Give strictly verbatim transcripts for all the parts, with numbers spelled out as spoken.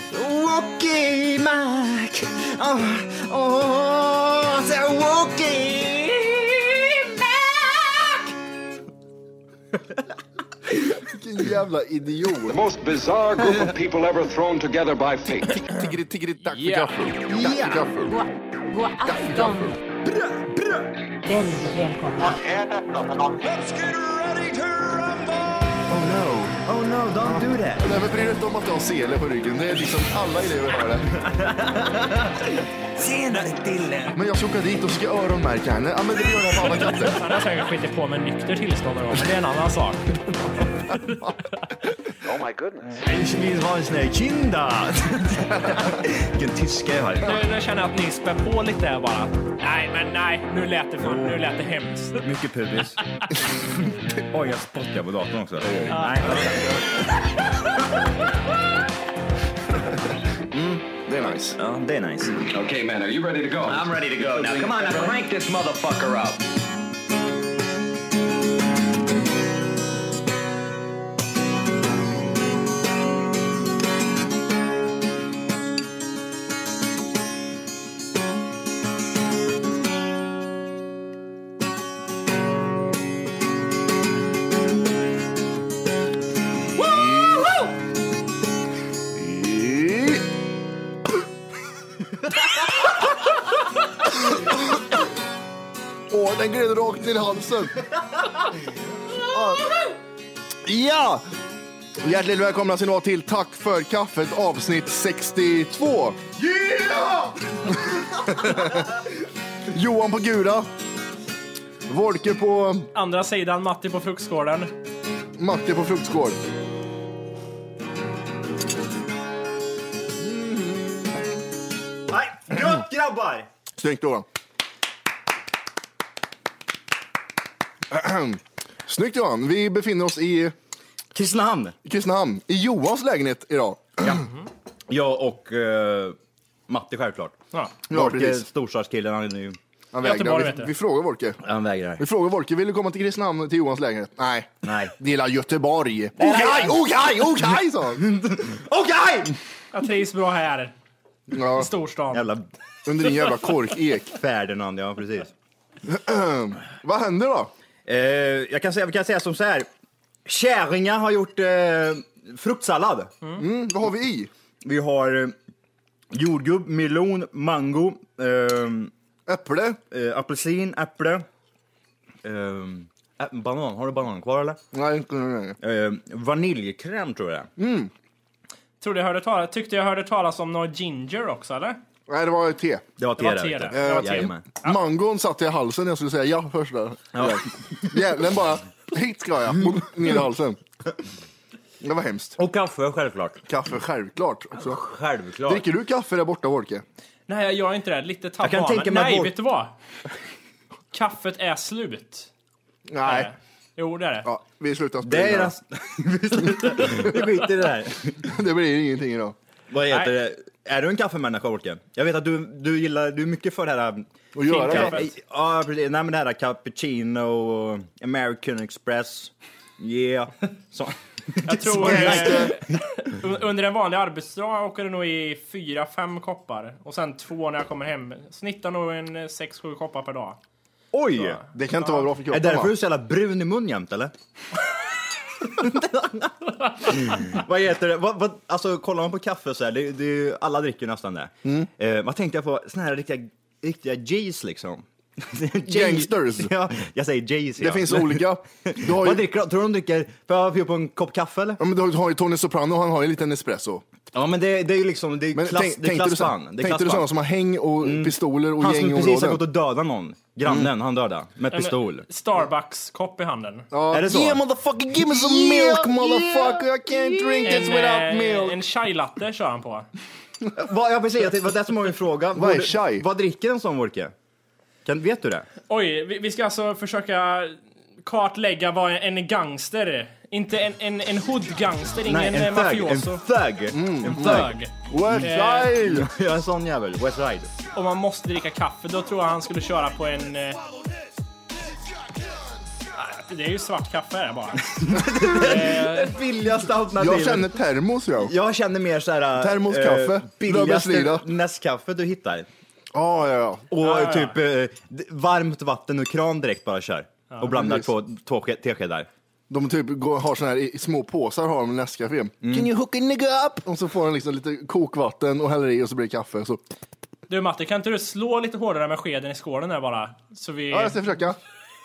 Wookie Mac. Oh, oh, så Wookie Mac. Vilken jävla idiot. The most bizarre group of people ever thrown together by fate. Tiggeri, tiggeri, dack för Yeah. gaffel. Dack för gaffel. God afton. Väldigt välkomna. Oh no. Oh no, don't do that. Nej, men bryr dig inte om att du har sele på ryggen. Det är liksom alla elever har det. Senare Dille. Men jag ska åka dit och ska öronmärka henne. Ja, men det gör jag på alla katter. Han har säkert skitit på med nykter tillstånd då, men det är en annan sak. Oh my goodness. Ich vill ha en sån här kinda. Vilken tyska jag har. Nu, nu känner jag att ni spär på lite här bara. Nej, men nej. Nu lät det, fan, nu lät det hemskt. Mycket pubis. Oj, jag spottar på datorn också. Nej. Mm, det är nice. Ja, det är nice. Okay, man, are you ready to go? I'm ready to go now. Come on, now crank this motherfucker up. Åh, den gled rakt ner i halsen. Ja! Hjärtligt välkomna ska ni vara till Tack för kaffet avsnitt sextiotvå. Yeah! Johan på Gura. Volke på Andra sidan, Matti på fruktskålen. Matti på fruktskål. Nej, gott grabbar! Snyggt då. Snyggt Johan. Vi befinner oss i Kristinehamn. Kristinehamn. I Johans lägenhet idag. Ja. Jag och uh, Matti självklart. Ja. Ja, Volke, precis. storstadskillen, han är nu... Han Göteborg, vägrar. vet du. Vi, vi frågar Volke. Han vägrar. Vi frågar Volke, vill du komma till Kristinehamn till Johans lägenhet? Nej. Nej. Det gillar Göteborg. Okej, okej, okej, sa han. Okej! Jag trivs bra här. Ja, I storstan. Jävla under din jävla korkek. Ferdinand, ja precis. Vad händer då? Eh, jag kan säga, vi kan säga som så här. Käringar har gjort eh, fruktsallad. Mm, vad har vi i? Vi har eh, jordgubb, melon, mango, eh, Äpple. eh, apelsin, äpple, eh, ä- banan. Har du banan kvar eller? Nej, inte nu. Eh, vaniljkräm tror jag. Mm. Trodde jag hörde talas, tyckte jag hörde talas om något ginger också, eller? Nej, det var te. Det var te Det var där, te vet där. du. Det var te. Jajamän. Mangon satt i halsen när jag skulle säga ja först där. Ja. Jävlen bara, hit ska jag. Ner i halsen. Det var hemskt. Och kaffe, självklart. Kaffe, självklart. Också. Självklart. Dricker du kaffe där borta, Volke? Nej, jag gör inte det. Lite Jag kan tapp tänka mig Nej, att vår- vet du vad? Kaffet är slut. Nej. Eh, Jo, det är det. Ja, vi slutar Det är spela. Vi skiter i det här. Det blir ingenting idag. Vad heter Nej. det? Är du en kaffemänniska, Volke? Jag vet att du, du gillar, du är mycket för det här... Och göra Finkaffe. det. Ja, precis. Nej, men det här cappuccino och American Express. Yeah. Så. Jag tror eh, under en vanlig arbetsdag åker det nog i fyra, fem koppar. Och sen två när jag kommer hem. Snittar nog en eh, sex, sju koppar per dag. Oj! Det kan inte vara bra för Är kroppen, det därför va? du är så jävla brun i mun jämt, eller? Vad heter det? Vad, vad, alltså, kollar man på kaffe så här, det, det, alla dricker nästan det. Mm. Eh, vad tänkte jag på? Såna här riktiga, riktiga J's liksom. Gangsters. Ja, jag säger J's. Det ja. finns olika. Du har Vad ju, dricker de? Tror du de dricker? Får jag bjuda på en kopp kaffe eller? ja, men du har ju Tony Soprano, han har ju en liten espresso. Ja, men det, det är ju liksom, det är Men klass, tänk, det är tänkte du, så, klassband. Det är tänkte du klassband. sådana som har häng och pistoler och Han som precis har gängområden? gått och dödat någon. Grannen, han dödade med pistol. Starbucks-kopp i handen. Ja. Är det så? Yeah, motherfucker, give me some milk, motherfucker. I can't drink this En, without eh, milk. en chai latte kör han på. Vad, ja, precis. Det var det som var min fråga. Vad är Vad- chai? Vad dricker en sån, Volke? Kan, vet du det? Oj, vi, vi ska alltså försöka kartlägga vad en gangster är. Inte en, en, en hood-gangster, ingen Nej, en Nej, thug. En mafioso. thug. Mm. En thug. West side! Ja, en sån jävel. West Side. Om man måste dricka kaffe, då tror jag han skulle köra på en... Eh, det är ju svart kaffe här bara. Det billigaste alternativet. Jag känner termos, ja. Jag känner mer så här... Termoskaffe. Eh, billigaste Blåbärslila. Nescafé du hittar. Ja, ja, ja. Och Ja, ja. typ eh, d- varmt vatten och kran direkt bara kör. Och blandar precis. två, två ske- teskedar. De typ går, har såna här i, i små påsar har de Nescafé. Mm. Can you hook a nigga up? Och så får de liksom lite kokvatten och häller i och så blir det kaffe. Så. Du Matte, kan inte du slå lite hårdare med skeden i skålen där bara? Så vi... Ja, jag ska försöka.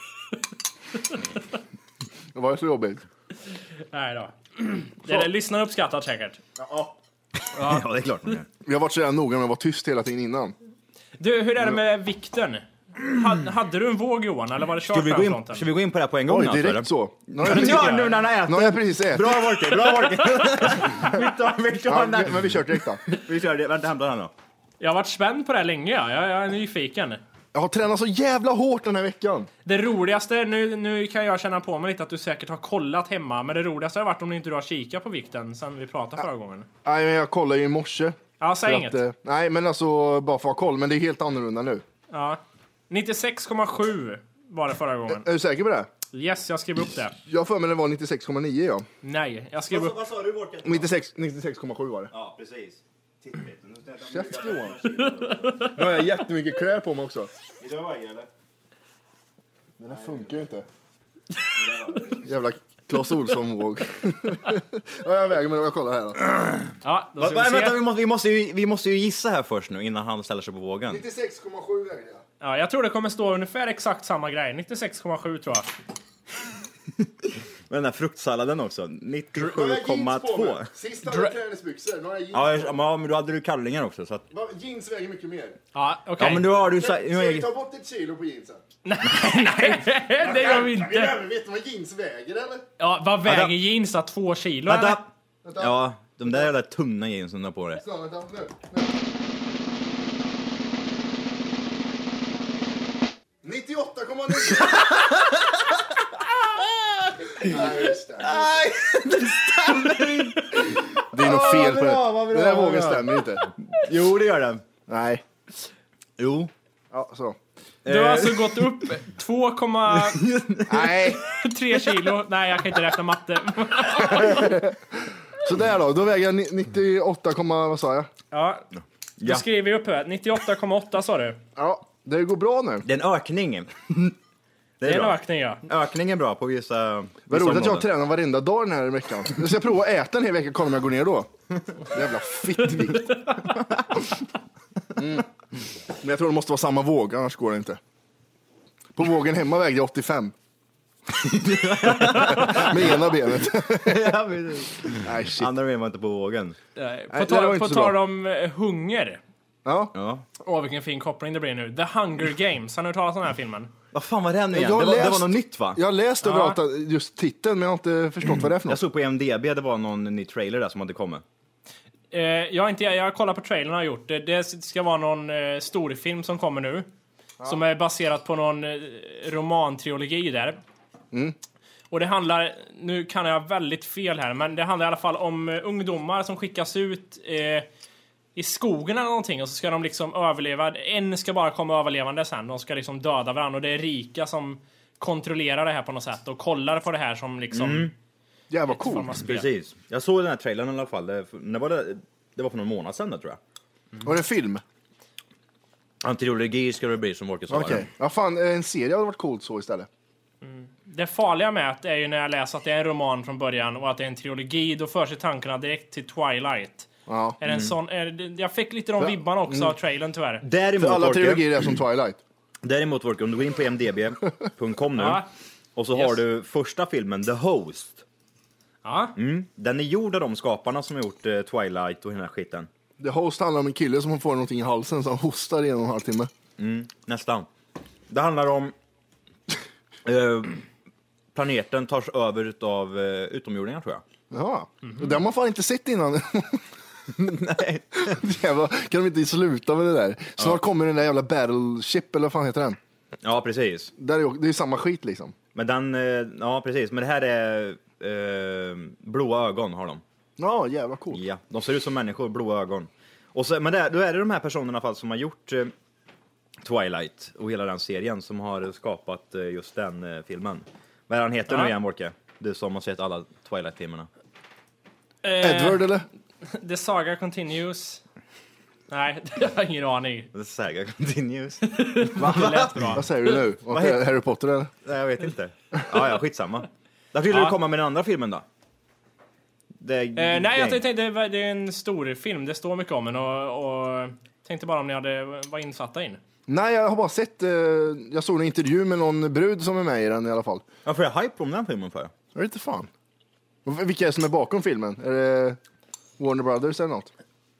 Det var så jobbigt. Nej då. Det är, lyssnarna uppskattar säkert. Ja, det är klart. Vi har varit så jävla noga med att vara tyst hela tiden innan. Du, hur är det med vikten? Hade, hade du en våg Johan, eller var det kört Ska vi, på gå den in, fronten? ska vi gå in på det här på en gång? Oj, alltså, direkt eller? så. Nu har jag det precis, tycker Ja, jag. nu när han nu har jag äter. precis ätit. Bra Volker, bra Volker. vi tar, vi tar Ja, den. men vi kör direkt då. Vi kör det. Vänta, hämta den då. Jag har varit spänd på det här länge, ja. Jag, jag är nyfiken. Jag har tränat så jävla hårt den här veckan. Det roligaste, nu, nu kan jag känna på mig lite att du säkert har kollat hemma, men det roligaste har varit om inte du har kikat på vikten sen vi pratade förra gången. Nej, men jag kollade ju i morse. Ja, säg För inget. att, eh, nej, men alltså bara för att ha koll. Men det är helt annorlunda nu. Ja. nittiosex komma sju var det förra gången. Är du säker på det? Yes, jag skrev upp det. Jag för mig det var nittiosex komma nio, ja. Nej, jag skrev upp... Vad sa du Volker? nittiosex komma sju var det. Ja, precis. Käft, Johan. Nu har jag jättemycket kläder på mig också. Vill du ha vägen eller? Den här funkar ju inte. Jävla Clas Ohlson-våg. Ja, jag väger, men jag kollar här då. Ja, då Va, ska va, vi vänta, se. vi måste, vi, måste ju, vi måste ju gissa här först nu innan han ställer sig på vågen. nittiosex komma sju väger jag. Ja, jag tror det kommer stå ungefär exakt samma grej. nittiosex komma sju tror jag. Men den här fruktsalladen också. nittiosju komma två. Sist hade jag träningsbyxor. Nu har jag jeans. Ja, ja, men då hade du kallingar också. Så att... Va, jeans väger mycket mer. Ja, okej. Ja, men då har du... Sa... Nu Ska är... vi ta bort ett kilo på jeansen? Nej, det gör vi Vi inte. behöver veta vad jeans väger, eller? Ja, vad väger Vänta. jeans då? Två kilo? eller? Vänta! Vänta. Ja, de där jävla tunna jeansen där på dig. Så, vänta, nu. nu. nittioåtta komma nio. Nej, just det. Nej, det stämmer inte! Det är nog Åh, fel på bra, det. vad bra, Den där vad vågen bra. stämmer inte. Jo, det gör den. Nej. Jo. Ja, så. Du har alltså gått upp två komma Nej. tre kilo. Nej, jag kan inte räkna matte. Så där då, då väger jag ni- nittioåtta, vad sa jag? Ja, då Ja. skriver vi upp här. nittioåtta komma åtta sa du. Ja, det går bra nu. Det är en ökning. Det Det är är en bra. ökning, ja. Ökning är bra på vissa, Vad vissa roligt att jag områden. tränar varenda dag den här veckan. Jag ska prova att äta en hel vecka och kolla om jag går ner då. Jävla fittvikt. Mm. Men jag tror det måste vara samma våg, annars går det inte. På vågen hemma vägde jag åttiofem. Med ena benet. Ja, precis. Nej, shit. Andra ben var inte på vågen. Eh, Nej, På det tal, var på inte så tal bra. om eh, hunger. Ja. Ja. Åh, vilken fin koppling det blir nu. The Hunger Games. Har ni hört talas om den här filmen? Vad fan var det nu igen? Jag Det har var, det läst- var något nytt va? Jag har läst Ja. överallt att- just titeln, men jag har inte förstått vad det är för Jag något. såg på I M D B, det var någon ny trailer där som hade kommit. Eh, jag, har inte, jag har kollat på trailern och har gjort det. Det ska vara någon eh, storfilm som kommer nu. Som är baserat på någon eh, romantrilogi där. Och det handlar, nu kan jag väldigt fel här, men det handlar i alla fall om eh, ungdomar som skickas ut eh, i skogen eller någonting och så ska de liksom överleva. En ska bara komma överlevande sen. De ska liksom döda varandra och det är rika som kontrollerar det här på något sätt och kollar på det här som liksom Jävla form av cool. spel. Precis. Jag såg den här trailern i alla fall. Det, när var det, det var för någon månad sedan då, tror jag. Var det en film? En trilogi ska det bli som Walker sa. Okej. Ja, fan, en serie hade varit coolt så istället. Det farliga med det är ju när jag läser att det är en roman från början och att det är en trilogi, då för sig tankarna direkt till Twilight. Ja. Är det en sån, är det, jag fick lite de vibbarna också av trailern tyvärr. Däremot, För alla Walker, trilogier är som Twilight. däremot Walker, om du går in på I M D B punkt com nu Ja. och så Yes. har du första filmen, The Host. Ja. Mm. Den är gjord av de skaparna som har gjort eh, Twilight och hela skiten. The Host handlar om en kille som får någonting i halsen så han hostar i en och en halv timme. Mm, nästan. Det handlar om eh, planeten tas över av eh, utomjordingar, tror jag. Ja, mm-hmm. Det har man fan inte sett innan. Nej. Jävla, kan de inte sluta med det där? Snart kommer den där jävla Battleship, eller vad fan heter den? Ja, precis. Där är, ju- det är ju samma skit liksom. Men den, eh, ja precis. Men det här är eh, blåa ögon har de. Ja, jävla coolt. Ja, de ser ut som människor, blåa ögon. Och så, men det, då är det de här personerna i alla fall som har gjort eh, Twilight och hela den serien som har skapat eh, just den eh, filmen. Vad är han heter Ja. nu igen, Wolke? Du som har sett alla Twilight-filmerna. Eh, Edward eller? The Saga Continues. Nej, jag har ingen aning. The Saga Continues. Det lät bra. Vad säger du nu? Vad heter- Harry Potter eller? Nej, jag vet inte. Ja, ja, skitsamma. Därför ville Ja. du komma med den andra filmen då? Det, Eh, nej, jag tänkte det, var- det är en stor film. Det står mycket om den och, och tänkte bara om ni hade var insatta in. Nej, jag har bara sett, eh, jag såg en intervju med någon brud som är med i den i alla fall. Varför är jag hype om den filmen för? Jag vet inte fan. Och vilka är det som är bakom filmen? Är det Warner Brothers eller något?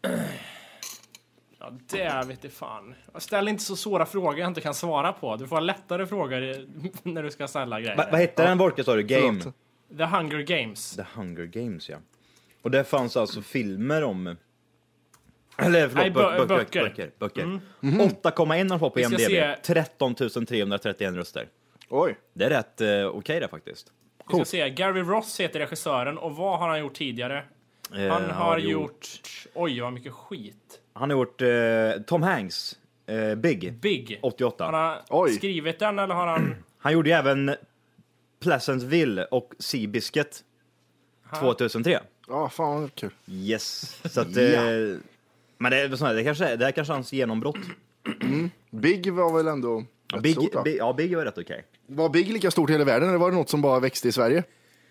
Ja, det vet jag fan. Ställ inte så svåra frågor jag inte kan svara på. Du får ha lättare frågor när du ska ställa grejer. Va, vad hette den, Wolke, sa du? Game? Förlåt. The Hunger Games. The Hunger Games, ja. Och det fanns alltså filmer om... Eller förlåt, Nej, bö- bö- böcker. böcker. böcker, böcker. åtta komma ett har fått på Vi ska IMDb. se- tretton tusen trehundratrettioen röster. Oj. Det är rätt eh, okej det faktiskt. Vi ska se. Gary Ross heter regissören och vad har han gjort tidigare? Eh, Han har gjort... Oj, vad mycket skit. Han har gjort eh, Tom Hanks, eh, Big, Big. åttioåtta. Han har Oj. skrivit den eller har han... Han gjorde ju även Pleasantville och Seabiscuit tvåtusentre. Ja, fan vad kul. Yes. Så att, eh, men det är sån här, det kanske det här kanske är hans genombrott. Big var väl ändå rätt Big, stort, va? Big, ja, Big var rätt okej. Var Big lika stort i hela världen eller var det något som bara växte i Sverige?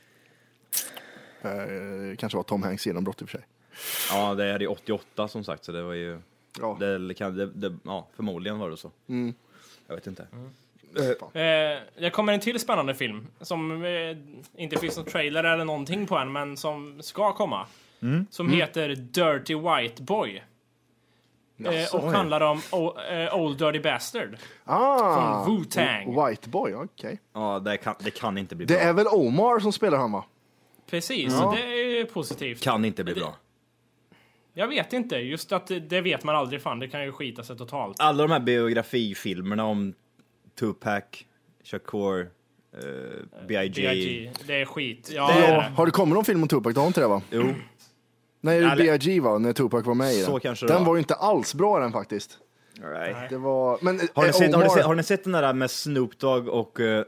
Eh, kanske var Tom Hanks genombrott i och för sig. Ja, det är åttioåtta som sagt, så det var ju... Ja. Det, kan, det, det, ja, förmodligen var det så. Jag vet inte. Eh, det kommer en till spännande film som eh, inte finns någon trailer eller någonting på än, men som ska komma. Som heter Dirty White Boy. Eh, och handlar om o- eh, Old Dirty Bastard. Ah, Från Wu-Tang. White Boy, okej. Ja, det kan, det kan inte bli Det bra. är väl Omar som spelar han, va? Precis, så det är ju positivt. Kan inte bli bra. Jag vet inte, just att det, det vet man aldrig fan, det kan ju skita sig totalt. Alla de här biografifilmerna om Tupac, Shakur, eh, B I G. B I G, det är skit. Ja, Det det är- är Ja, det. har du kommit någon film om Tupac? Du har inte det, va? Jo. Nej, det är Eller- B I G, va? När Tupac var med i Så den. kanske det Den var. var ju inte alls bra den faktiskt. Right. Det var... Men, Har, ni eh, sett, har, ni Omar- sett, har ni sett den där med Snoop Dogg och uh,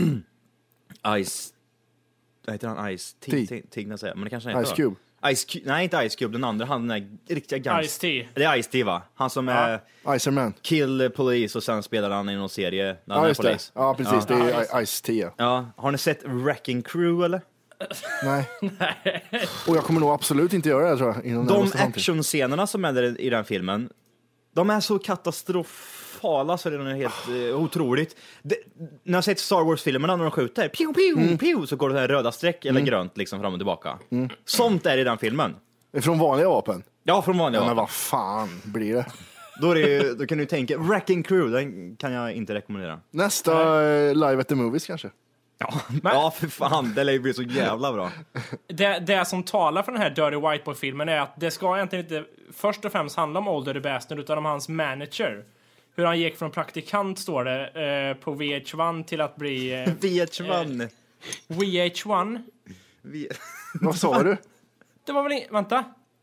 Ice... Vad heter han? Ice T? T. Tigna jag säga, men det kanske han heter. Ice va? Cube. Ice Cube. Nej, inte Ice Cube, den andra. Han den där riktiga gangs... Ice-T. Det är Ice-T, va? Han som är Icerman. Kill Police och sen spelar han i någon serie när han Ja, är just det. polis. Ja, precis. Det är Ice-T, ja. Ja, har ni sett Wrecking Crew eller? Nej. Och jag kommer nog absolut inte göra det, tror jag. Inom De närmaste framtid. actionscenerna som är där i den filmen, de är så katastrofala så det är helt eh, otroligt. Det, när jag har sett Star Wars-filmerna när de skjuter, pew, pew, Mm. pew, så går det här röda streck eller grönt liksom fram och tillbaka. Sånt är i den filmen. Från vanliga vapen? Ja, från vanliga Ja, men vapen. vad fan blir det? Då, är det ju, då kan du tänka, Wrecking Crew, den kan jag inte rekommendera. Nästa eh, Live at the Movies kanske? Ja, ja för fan, det lär ju bli så jävla bra. Det, det som talar för den här Dirty White Boy-filmen är att det ska egentligen inte först och främst handla om Old Dirty Bastard utan om hans manager. Hur han gick från praktikant, står det, eh, på V H ett till att bli... Eh, V H ett. V H ett? Vi... Vad sa du? Det var väl in... Vänta.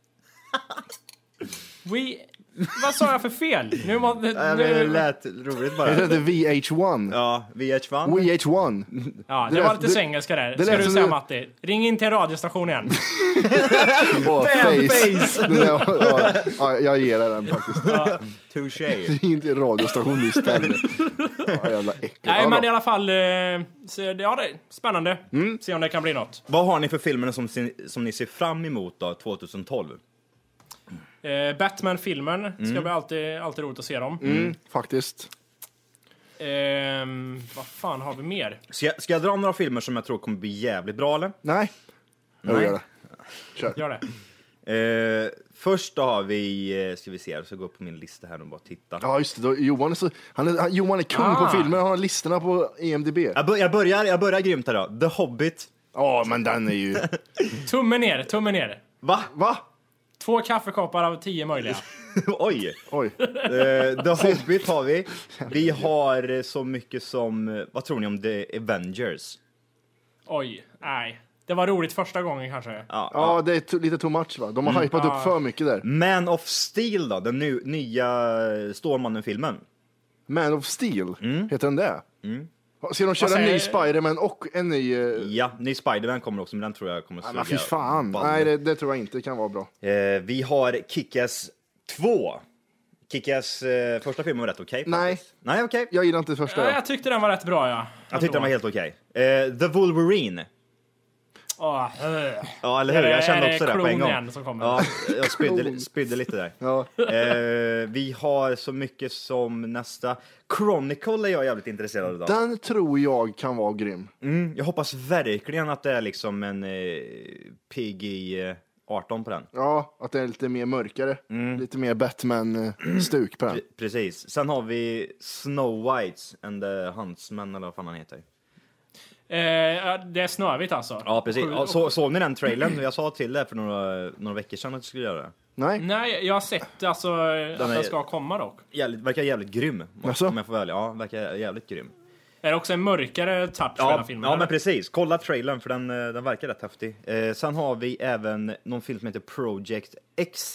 We... Vad sa jag för fel? Nu må... Nej, men det lät roligt bara. Det heter V H ett. Ja, V H ett. V H ett. Ja, det, det var lät- lite det- svengelska där. det Ska lät du som säga du- Matti? Ring in till en radiostation igen. Åh, face. face. ja, ja, ja, jag ger dig den faktiskt. Touché. Inte i radiostation istället. Ja, jävla äckligt. Nej, Ja, men då. i alla fall... Eh, så, ja, det är spännande. Se om det kan bli något. Vad har ni för filmer som, som ni ser fram emot då, tjugohundratolv? Eh, Batman-filmen ska bli alltid, alltid roligt att se dem. Mm, faktiskt. Ehm, vad fan har vi mer? Ska jag, ska jag dra några filmer som jag tror kommer bli jävligt bra eller? Nej. Jag Nej. gör det. Kör. Gör det. Eh, först då har vi, eh, ska vi se, jag ska gå upp på min lista här och bara titta. Ja, just det. Då, Johan, är så, han är, han, Johan är kung Ah. på filmer. Han har listorna på E M D B. Jag, bör, jag, börjar, jag börjar grymt här då. The Hobbit. Ja, men den är ju... Tummen ner, tummen ner. Va? Va? Två kaffekoppar av tio möjliga. Oj! Oj. Eh, The Hobbit har vi. Vi har eh, så mycket som, eh, vad tror ni om The Avengers? Oj, nej. Det var roligt första gången kanske. Ja, Ja, det är t- lite too much, va? De har hypat Ja. upp för mycket där. Man of Steel då, den nu, nya Stålmannen-filmen. Man of Steel, heter den det? Ska de köra Vad en säger- ny Spider-Man och en ny... Uh... Ja, ny Spider-Man kommer också, men den tror jag kommer Nej, men fy fan. ballen. Nej, det, det tror jag inte kan vara bra. Eh, vi har Kick-Ass två. Kick-Ass eh, första filmen var rätt okej. Nej. faktiskt. Nej, okej. Jag gillar inte första. Ja, jag tyckte den var rätt bra, ja. Jag tyckte den var helt okej. Eh, The Wolverine. Åh, äh. Ja, eller hur? Jag kände Är det också det på en klon gång. igen som kommer? Ja, jag spydde, spydde lite där. Ja. Eh, vi har så mycket som nästa. Chronicle är jag jävligt intresserad av. Den tror jag kan vara grym. Mm, jag hoppas verkligen att det är liksom en eh, P G arton på den. Ja, att det är lite mer mörkare. Lite mer Batman-stuk på den. Pre- Precis. Sen har vi Snow White and the Huntsman, eller vad fan han heter. Eh, det är Snövit alltså? Ja, precis. Sju- Ja, så, såg ni den trailern? Jag sa till det för några, några veckor sedan att jag skulle göra det. Nej. Nej, jag har sett alltså, att är- den ska komma dock. Jävligt, verkar jävligt grym. Jaså? Om jag får välja. Ja, verkar jävligt grym. Är det också en mörkare touch på den Ja, här filmen? ja eller? men precis. Kolla trailern för den, eh, den verkar rätt häftig. Eh, sen har vi även någon film som heter Project X.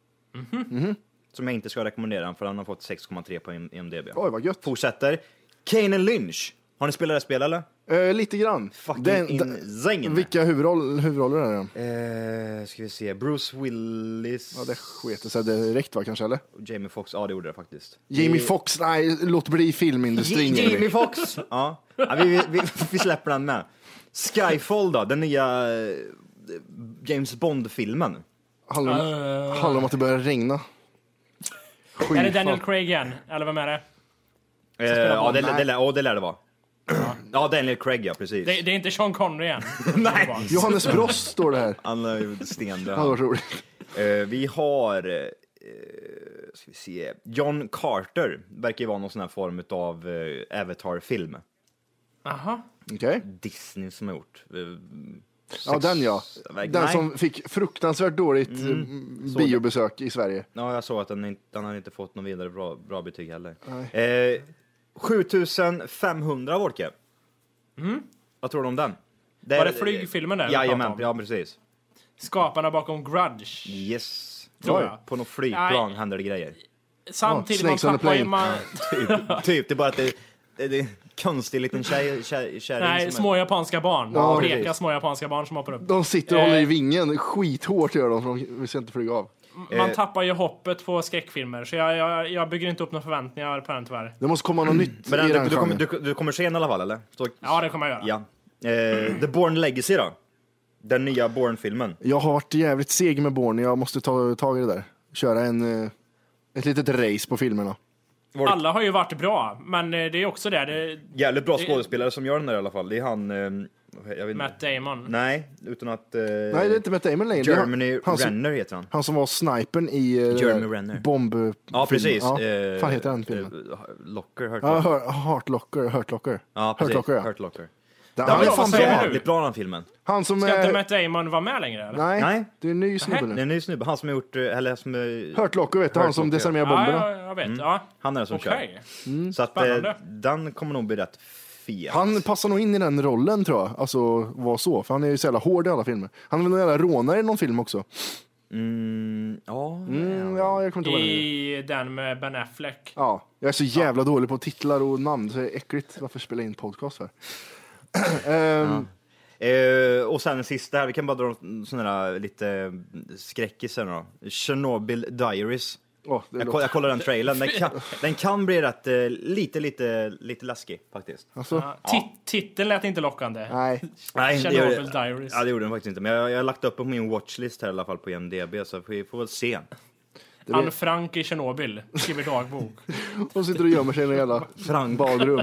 Mhm. Som jag inte ska rekommendera för den har fått sex komma tre på I M D B. Oj, vad gött. Fortsätter. Kane and Lynch. Har ni spelat det spel eller? Eh, lite grann. Fucking Den- insane. Vilka huvudroll, huvudroller är det? Eh, ska vi se. Bruce Willis. Ja, det sket sig direkt va, kanske, eller? Jamie Foxx. Ja, det gjorde det faktiskt. Jamie Vi- Foxx, nej, låt bli filmindustrin. Jamie Jamie. Foxx. Ja, ja vi, vi, vi, vi släpper den med. Skyfall då, den nya eh, James Bond-filmen. Handlar, om, Eh, handlar om att det börjar regna. Skit, är det Daniel fan. Craig igen? Eller vem är det? Eh, ja, det, Nej. det, det, ja, det lär det vara. Ja, Daniel Craig, ja, precis. Det, det är inte Sean Connery igen? Nej. Johannes Brost står det här. Han är ju Ja, stendöd. det var roligt. Eh, vi har, eh, ska vi se, John Carter. Verkar ju vara någon sån här form av eh, Avatar-film. Aha. Okej. Disney som har gjort. Eh, Ja, den ja. Nej. Den som fick fruktansvärt dåligt mm. Så biobesök i Sverige. Ja, jag såg att den, inte, den har inte fått någon vidare bra, bra betyg heller. Eh, sjutusenfemhundra Wolke. Mm. Vad tror du om den? Det Var är- det flygfilmen där vi pratade Jajamän, om? ja precis. Skaparna bakom Grudge. Yes. Tror Oj, jag. på något flygplan Nej. händer det grejer. Samtidigt, Ja, man Snakes on the tappar ju... plane. Man, typ, typ, det är bara att det, det, det är en konstig liten tjej, tjej, kärring nej, som små japanska barn. Ja, Bleka precis. små japanska barn som hoppar upp. De sitter och håller i Eh. vingen. Skithårt gör de, för de vill inte flyga av. Man Eh. tappar ju hoppet på skräckfilmer, så jag, jag, jag bygger inte upp några förväntningar på den tyvärr. Det måste komma något nytt Men i den, den du, du, kommer, genren. du, du kommer se den i alla fall, eller? Så, Ja, det kommer jag göra. ja. Eh, The Bourne Legacy då? Den nya Bourne-filmen. Jag har varit jävligt seg med Born. Jag måste ta tag i det där. Köra en, eh, ett litet race på filmerna. Alla har ju varit bra, men eh, det är också det. det Jävligt bra Det- skådespelare som gör den där i alla fall. Det är han... Eh, jag vet, Matt Damon. Nej, utan att... Eh, Nej, det är inte Matt Damon längre. Det är Germany han, han, som, Renner heter han. han som var snipern i eh, det Jeremy där Renner. bomb... Ja, precis. Ja. Eh, Fan heter den filmen? eh, Locker, Hurt Ja, Locker. Hurt- Heartlocker. Heartlocker. Ja, precis. Heartlocker, ja. Hurt Locker. Den Ja, han är men fan vad säger bra. du? Jävligt bra den filmen. Han som Ska inte är... Matt Damon vara med längre? Eller? Nej, Nej. det är en ny snubbe Det är nu. en ny snubbe. Han som har gjort... eh, Eller som... eh, Heartlocker, vet du? Han som Heartlocker, desarmerar Ja, bomberna. ja, jag vet. Ja. Han är det som Okej. kör. Så att eh, Spännande. den kommer nog bli rätt fet. Han passar nog in i den rollen, tror jag. Alltså, var så. För han är ju så jävla hård i alla filmer. Han är väl någon jävla rånare i någon film också. Mm, ja. Mm, ja, jag kommer inte ihåg vad det är. I den med Ben Affleck. Ja, jag är så jävla dålig på titlar och namn, så det är äckligt. Varför spela in podcast för? Ehm, Eh, och sen den sista här, vi kan bara dra sådana där lite skräckisar då. Chernobyl Diaries. åh, det Jag, låter- koll, jag kollar den trailern. Den kan, den kan bli rätt eh, lite, lite, lite läskig faktiskt. alltså, Ja, tit- Titeln lät inte lockande. nej. Nej, det Chernobyl gjorde, Diaries. ja, det gjorde den faktiskt inte. Men jag, jag har lagt upp på min watchlist här i alla fall på I M D B, så vi får väl se. Anne Frank i Tjernobyl skriver dagbok. De sitter och gömmer sig i en jävla Frank. badrum.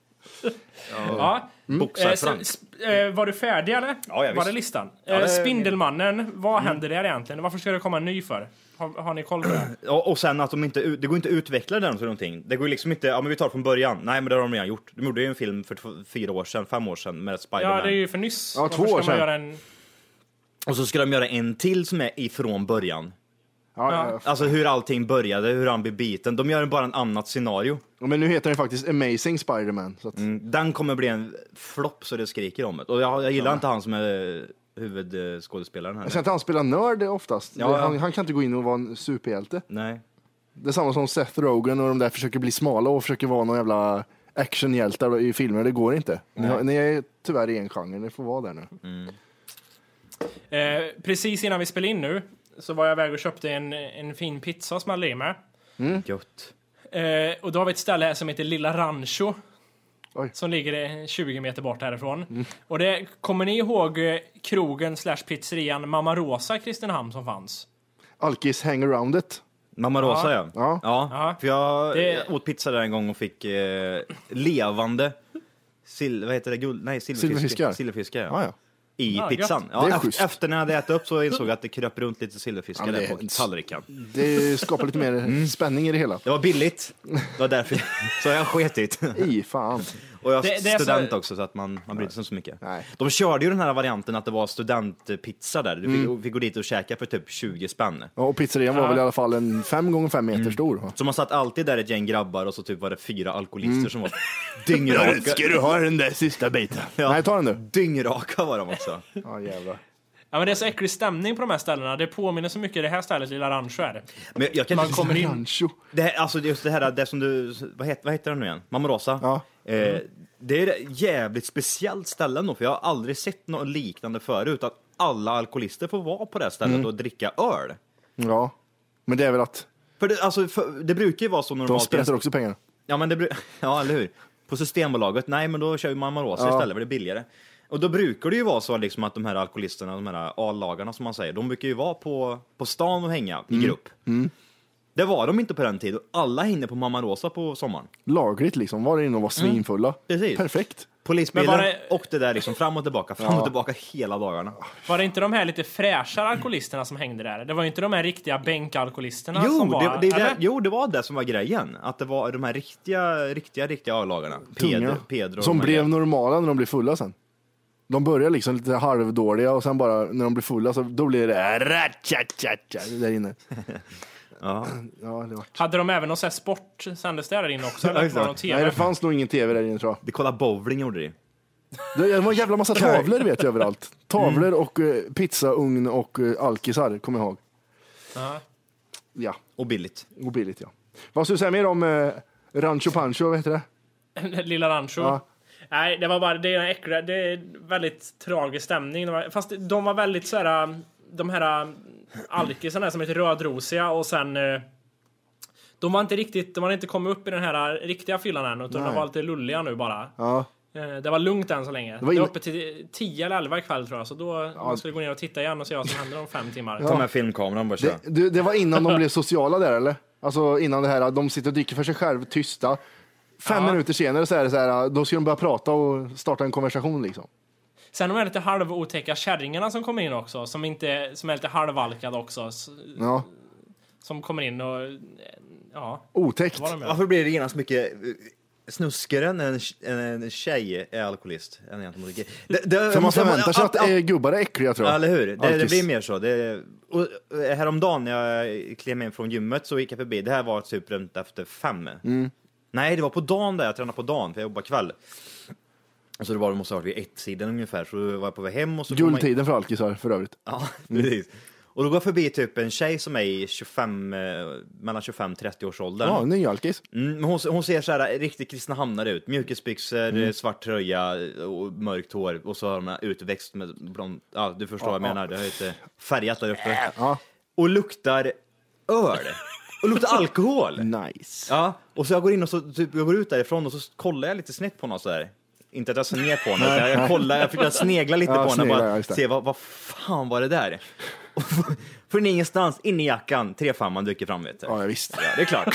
Ja. Boxar Eh, så, Frank. sp- eh, var du färdig eller? Ja, ja, var visst. det listan? Ja, det- Eh, Spindelmannen, vad händer där egentligen? Varför ska det komma en ny för? Har, har ni koll på det? Och, och sen att de inte, ut- det går inte att utveckla den för någonting. Det går liksom inte, ja men vi tar från början. Nej men det har de redan gjort. De gjorde ju en film för två, fyra år sedan, fem år sedan med Spider-Man. Ja, det är ju för nyss. Ja, Varför två år ska man sedan. göra en... Och så ska de göra en till som är ifrån början. Ja, Ja. ja. Alltså hur allting började, hur han blev biten. De gör bara en annat scenario. Men nu heter den faktiskt Amazing Spider-Man. Så att, Mm, den kommer bli en flopp så det skriker om det. Och jag, jag gillar inte han som är huvudskådespelaren här. jag ser inte han spelar nörd oftast. Ja, Det- ja. Han, han kan inte gå in och vara en superhjälte. Nej. Det är samma som Seth Rogen och de där försöker bli smala och försöker vara någon jävla actionhjältar i filmer, det går inte. Ni, Nej. har, ni är tyvärr i en genre, ni får vara där nu. Mm. Eh, precis innan vi spelade in nu så var jag iväg och köpte en, en fin pizza och smällde i mig. Mm. Gött. Eh, och då har vi ett ställe här som heter Lilla Rancho. Oj. Som ligger tjugo meter bort härifrån. Mm. Och det, kommer ni ihåg eh, krogen slash pizzerian Mamma Rosa i Kristinehamn som fanns? Alkis hang around it. Mamma Rosa, ja. Ja. Ja, Ja. för jag Det- åt pizza där en gång och fick eh, levande sil, vad heter det? Guld, nej, silverfiskar. Silverfiskar. Silverfiskar, ja. Ja, ja. I Ja, pizzan. Det är Ja, schysst. efter, efter när jag hade ätit upp så insåg jag att det kröp runt lite silverfiskar Ja, det där är- på tallriken. Det skapar lite mer spänning i det hela. Det var billigt. Det var därför så jag skitit. I fan. Och jag Det- är det är student så- också så att man, man bryr sig inte så mycket. Nej. De körde ju den här varianten att det var studentpizza där. Du fick, fick gå dit och käka för typ tjugo spänn. Ja, och pizzerian var väl i alla fall en fem gånger fem meter stor. Va? Så man satt alltid där ett gäng grabbar och så typ var det fyra alkoholister som var dyngraka. du ha den där sista biten? Ja. Nej, ta den nu. Dyngraka var de också. Ja, jävlar. Ja, men det är så äcklig stämning på de här ställena. Det påminner så mycket det här stället, Lilla Rancho är det. Men jag kan Man inte... kommer in. Rancho. Det här, alltså just det här, det som du, vad heter, vad heter den nu igen? Mamma Rosa? Ja. Eh, det är ett jävligt speciellt ställe ändå, för jag har aldrig sett något liknande förut, att alla alkoholister får vara på det här stället och dricka öl. Ja, men det är väl att För det, alltså, för, det brukar ju vara så de normalt. sprätter också pengar. Ja, men det bru- ja, eller hur? På Systembolaget, nej, men då kör vi Mamma Rosa Ja. istället, för det är billigare. Och då brukar det ju vara så liksom att de här alkoholisterna, de här A-lagarna som man säger, de brukar ju vara på, på stan och hänga i grupp. Det var de inte på den tiden. Alla hinner på Mamma Rosa på sommaren. Lagligt liksom, var det inne och var svinfulla. Precis. Perfekt. Polisbilen Men var det- åkte där liksom fram och tillbaka, fram och tillbaka hela dagarna. Var det inte de här lite fräschare alkoholisterna som hängde där? Det var ju inte de här riktiga bänkalkoholisterna som Jo var... det, det, är eller? det, jo, det var det som var grejen. Att det var de här riktiga, riktiga, riktiga A-lagarna. Tunga. Pedro, Pedro och Som de här blev grejerna. normala när de blev fulla sen. De börjar liksom lite halvdåliga och sen bara när de blir fulla så då blir det ratchatchacha där inne. Ja. Ja, det var... Hade de även någon sån här sport sändes där inne också? Ja, Eller just var det. det någon T V? Nej, det fanns nog ingen tv där inne tror jag. Det kollade bowling gjorde det. Det var en jävla massa tavlor vet jag överallt. Tavlor och uh, pizzaugn och uh, alkisar, kommer jag ihåg. Ja. Ja, Och billigt. och billigt ja. Vad ska du säga mer om uh, Rancho Pancho, vad heter det? Lilla Rancho. Ja. Nej, det var bara det är äckliga, det är väldigt tragisk stämning. De var, fast de var väldigt så här, de här alkisarna som heter rödrosiga och sen eh, de var inte riktigt, de hade inte kommit upp i den här riktiga fyllan än utan Nej. de var lite lulliga nu bara. Ja, Eh, Det var lugnt än så länge. Det var var, inne- uppe till tio eller elva ikväll tror jag. Så då man skulle gå ner och titta igen och se vad som händer om fem timmar. Ta med filmkameran bara köra. det, det, det var innan de blev sociala där eller? Alltså innan det här, de sitter och dricker för sig själv, tysta. Fem Ja. minuter senare så är det så här, då ska de börja prata och starta en konversation liksom. Sen de här lite halvotäcka kärringarna som kommer in också. Som, inte, som är lite halvalkade också. s- Ja, Som kommer in och... eh, Ja, otäckt. vad de gör. Varför blir det genast mycket eh, snuskare när en, en, en tjej är alkoholist? Än en det, det, För man förväntar sig att ja, äh, gubbar är äckliga tror ja, jag. eller hur? Det, det Alkis. blir mer så. Det, och eh, häromdagen när jag klev mig in från gymmet så gick jag förbi. Det här var typ runt efter fem. Mm. Nej, det var på dagen där. Jag tränade på dagen för jag jobbar kväll. Så det var, det måste ha varit vid ett sidan ungefär. Så var jag på väg hem och så... kom man- Guldtiden för alkisar för övrigt. Ja, precis. Och då går jag förbi typ en tjej som är i tjugofem, eh, mellan tjugofem och trettio års ålder. Ja, ny alkis. Mm, men hon, hon ser så här riktigt Kristinehamnare ut. Mjukisbyxor, Mm. svart tröja och mörkt hår. Och så har hon utväxt med blond... Ja, du förstår vad jag menar. Det har inte färgat där uppe. Ja. Och luktar öl. Och luktar alkohol. Nice. Ja, och så jag går in och så typ, jag går ut därifrån och så kollar jag lite snett på henne så där. Inte att jag ser ner på henne, utan jag kollar, jag fick snegla lite Ja, på henne snegla, och ja, bara just det. se vad, vad fan var det där? Och från ingenstans, in i jackan, tre femman dyker fram vet du. Ja, visst. Ja, det är klart.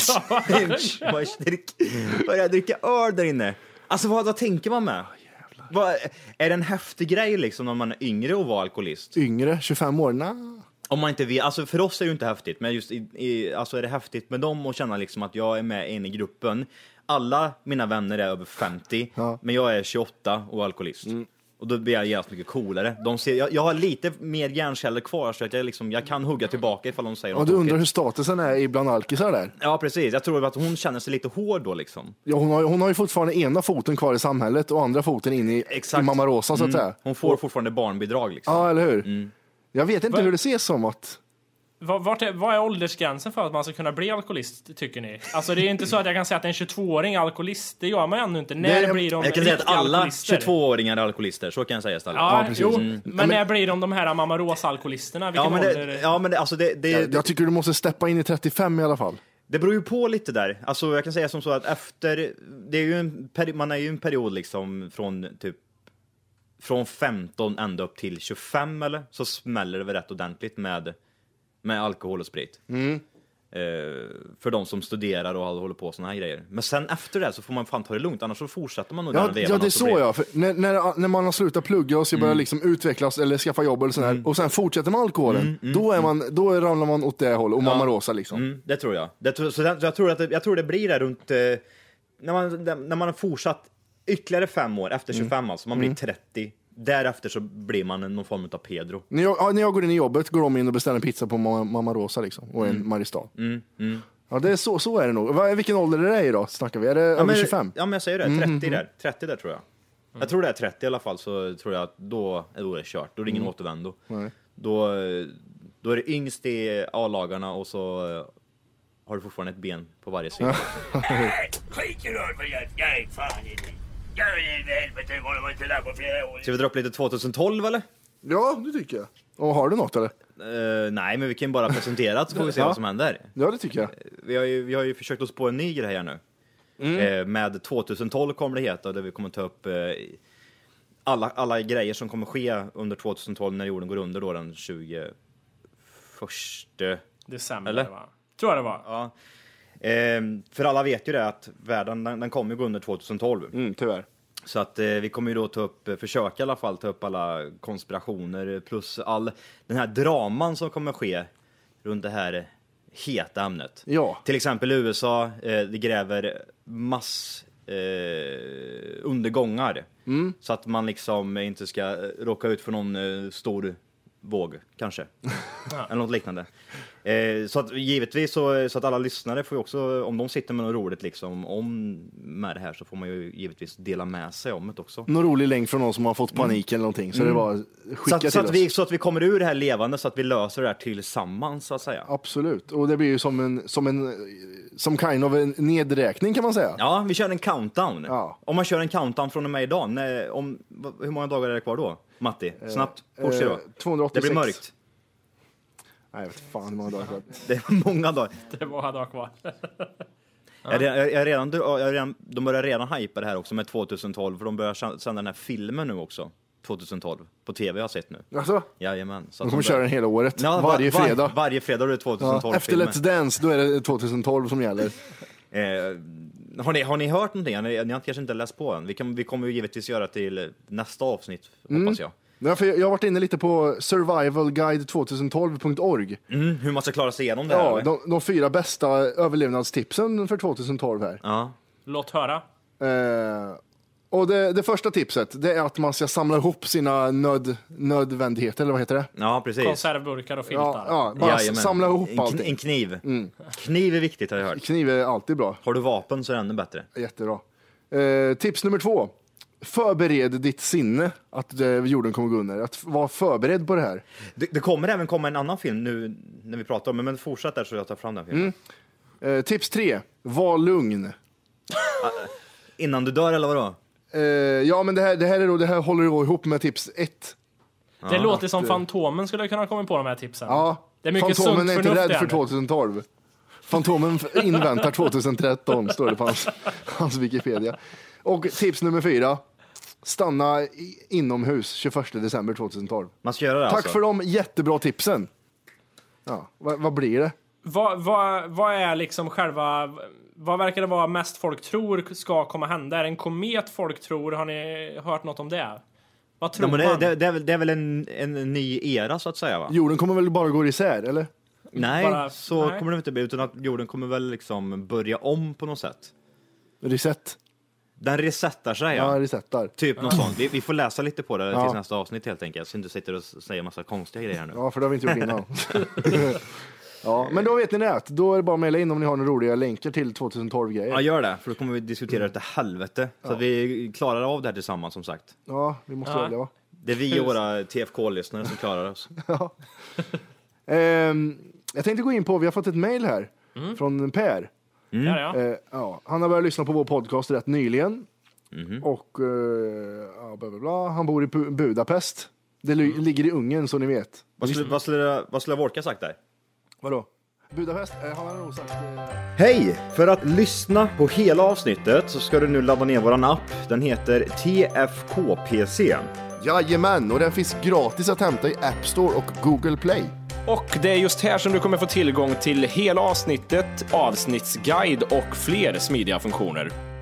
Bara drick- Börja dricka öl där inne. Alltså vad, vad tänker man med? Vad, är det en häftig grej liksom när man är yngre och var alkoholist? Yngre, tjugofem år, nah. Om man inte vet, alltså för oss är det ju inte häftigt, men just i, i, alltså är det häftigt med dem och känna liksom att jag är med in i gruppen. Alla mina vänner är över femtio, Ja. men jag är tjugoåtta och alkoholist. Och då blir jag jävligt mycket coolare. De ser, jag, jag har lite mer hjärnceller kvar så att jag, liksom, jag kan hugga tillbaka ifall de säger Och något du undrar tokigt. hur statusen är ibland alkisar där? Ja, precis. Jag tror att hon känner sig lite hård då liksom. Ja, hon, har, hon har ju fortfarande ena foten kvar i samhället och andra foten in i, Exakt. i Mamma Rosa så att säga. Hon får fortfarande barnbidrag liksom. Ja, eller hur? Jag vet inte Va? hur det ses som att... vad, vart är, vad är åldersgränsen för att man ska kunna bli alkoholist, tycker ni? Alltså det är inte så att jag kan säga att en tjugotvååring är alkoholist. Det gör man ju ännu inte. När Nej, blir de Jag kan säga att riktiga alla alkoholister? tjugotvååringar är alkoholister, så kan jag säga istället. Ja, Ja, precis. jo, Mm. men när blir de de här Mamma Rosa-alkoholisterna? Vilken Ja, men ålder? det, ja, men det, alltså det, det, Jag, jag tycker du måste steppa in i trettiofem i alla fall. det beror ju på lite där. Alltså jag kan säga som så att efter, det är ju en, peri- man är ju en period liksom från typ från femton ända upp till tjugofem eller så smäller det väl rätt ordentligt med, med alkohol och sprit. Mm. Eh, för de som studerar och håller på såna här grejer. Men sen efter det så får man fan ta det lugnt, annars så fortsätter man nog Ja, den vevan. ja det är och så blir- ja. För när, när, när man har slutat plugga och ska börja liksom utvecklas eller skaffa jobb eller sådär, och sen fortsätter med alkoholen, då, är man, då ramlar man åt det hållet. Och Mamma Rosa liksom. Mm, det tror jag. Det, tror- så det, så jag, tror att det, jag tror det blir där runt eh, när, man, när man har fortsatt ytterligare fem år efter tjugofem, alltså man blir trettio. Därefter så blir man någon form av Pedro. När jag, ja, när jag går in i jobbet går de in och beställer en pizza på Mamma, Mamma Rosa liksom, och en Mariestad. Mm, mm. Ja, det är så, så är det nog. Vad- Vilken ålder är det i då? Snackar vi? Är det Ja, över men, tjugofem? ja, men jag säger det. trettio där. trettio där tror jag. Jag tror det är trettio i alla fall, så tror jag att då, då är det kört. Då är det ingen återvändo. Nej. Då, då är det yngst i A-lagarna och så eh, har du fortfarande ett ben på varje sida. Skit i det, för jag jag fan inte. Jag är i helvete, jag håller inte där på flera år. Ska vi dra upp lite tjugotolv eller? Ja, det tycker jag. Och har du något eller? Uh, nej, men vi kan bara presentera så får vi se Ja. vad som händer. Ja, det tycker jag. Vi har ju, vi har ju försökt oss på en ny grej här nu. Eh, med tjugotolv kommer det heta, där vi kommer ta upp eh, alla, alla grejer som kommer ske under tjugotolv när jorden går under då den tjugoförsta. December, Eller? va? Tror jag det var. Ja. Eh, för alla vet ju det att världen den, den kommer ju gå under tjugotolv. Mm, tyvärr. Så att eh, vi kommer ju då ta upp, eh, försöka i alla fall ta upp alla konspirationer plus all den här draman som kommer ske runt det här heta ämnet. Ja. Till exempel U S A, eh, det gräver mass eh, undergångar. Mm. Så att man liksom inte ska eh, råka ut för någon eh, stor våg, kanske. Eller något liknande. Eh, så att givetvis så, så att alla lyssnare får ju också, om de sitter med något roligt liksom om med det här, så får man ju givetvis dela med sig om det också. Någon rolig länk från någon som har fått panik eller någonting. Så det var skicka Så att, till så, oss. att vi, så att vi kommer ur det här levande, så att vi löser det här tillsammans så att säga. Absolut. Och det blir ju som en, som en, som kind of en nedräkning kan man säga. Ja, vi kör en countdown. Ja. Om man kör en countdown från och med idag, när, om, hur många dagar är det kvar då? Matti, snabbt, fort eh, då. Det tvåhundraåttiosex. blir mörkt. Nej, jag vet fan hur många dagar kvar. Det är många dagar. Det var några dagar kvar. Jag, jag, jag redan, jag redan, de börjar redan hypa det här också med tjugotolv, för de börjar sända den här filmen nu också. tjugotolv på tv har jag sett nu. Alltså, Jajamän. Så de att kommer de köra börjar- den hela året. Ja, varje var, fredag. Var, varje fredag är det Ja, tjugotolv efter filmer. Let's Dance, då är det tjugotolv som gäller. Eh, har, ni, har ni hört någonting? Ni, ni har kanske inte läst på än. Vi, kan, vi kommer ju givetvis göra till nästa avsnitt, Mm. hoppas jag. Ja, för jag har varit inne lite på survival guide tjugotolv punkt org. Mm, hur man ska klara sig igenom det här. Ja, eller? de, de fyra bästa överlevnadstipsen för tjugotolv här. ja. Låt höra. Eh, och det, det första tipset, det är att man ska samla ihop sina nöd, nödvändigheter, eller vad heter det? ja, precis. Konservburkar och filtar. Ja, ja, bara Jajamän. samla ihop en, kn- allting. en kniv. Kniv är viktigt har jag hört. Kniv är alltid bra. Har du vapen så är det ännu bättre. Jättebra. Eh, tips nummer två. Förbered ditt sinne att eh, jorden kommer gå under. Att vara förberedd på det här. Det, det kommer även komma en annan film nu när vi pratar om det, men fortsätt där så jag tar fram den filmen. Eh, tips tre. Var lugn. Innan du dör eller vadå? Eh, ja, men det här, det här, är då, det här håller då ihop med tips ett. Det låter som Fantomen skulle kunna komma på de här tipsen. Ja, Det är mycket Fantomen sunt är inte förnuft rädd för igen. tjugotolv. Fantomen inväntar tjugotretton, står det på hans, hans Wikipedia. Och tips nummer fyra. Stanna i, inomhus tjugoförsta december tjugotolv. Man ska göra det Tack alltså. för de jättebra tipsen. Ja, vad, vad blir det? Vad, vad, vad är liksom själva... Vad verkar det vara mest folk tror ska komma hända? Är det en komet folk tror? Har ni hört något om det? Vad tror Ja, men det, man? det, det, är väl, det är väl en, en ny era så att säga, va? Jorden kommer väl bara gå isär, eller? Nej, bara- så nej. kommer det inte bli, utan att jorden kommer väl liksom börja om på något sätt. Reset. Den resettar sig, Ja, ja. resetar. Typ något sånt. Vi, vi får läsa lite på det Ja. tills nästa avsnitt helt enkelt. Så inte sitter och säger massa konstiga grejer här nu. Ja, för det har vi inte gjort innan. Ja, men då vet ni det. Då är det bara att mejla in om ni har några roliga länkar till tjugotolv-grejer. Ja, gör det. För då kommer vi diskutera det till helvete. Så att vi klarar av det här tillsammans, som sagt. Ja, vi måste Ja. överleva. Det är vi och våra T F K-lyssnare som klarar oss. Ehm, Jag tänkte gå in på, vi har fått ett mejl här Mm. från Per. Ja, ja. Eh, ja, han har börjat lyssna på vår podcast rätt nyligen. Mhm. Och eh, ja, bla, bla, bla. Han bor i Bu- Budapest. Det li- Mm. ligger i Ungern, så ni vet. Vad skulle, vad skulle, vad skulle Vorka sagt där? Vadå? Budapest? Eh, han har nog sagt... Eh... Hej! För att lyssna på hela avsnittet så ska du nu ladda ner våran app. Den heter T F K P C. Jajamän, och den finns gratis att hämta i App Store och Google Play. Och det är just här som du kommer få tillgång till hela avsnittet, avsnittsguide och fler smidiga funktioner.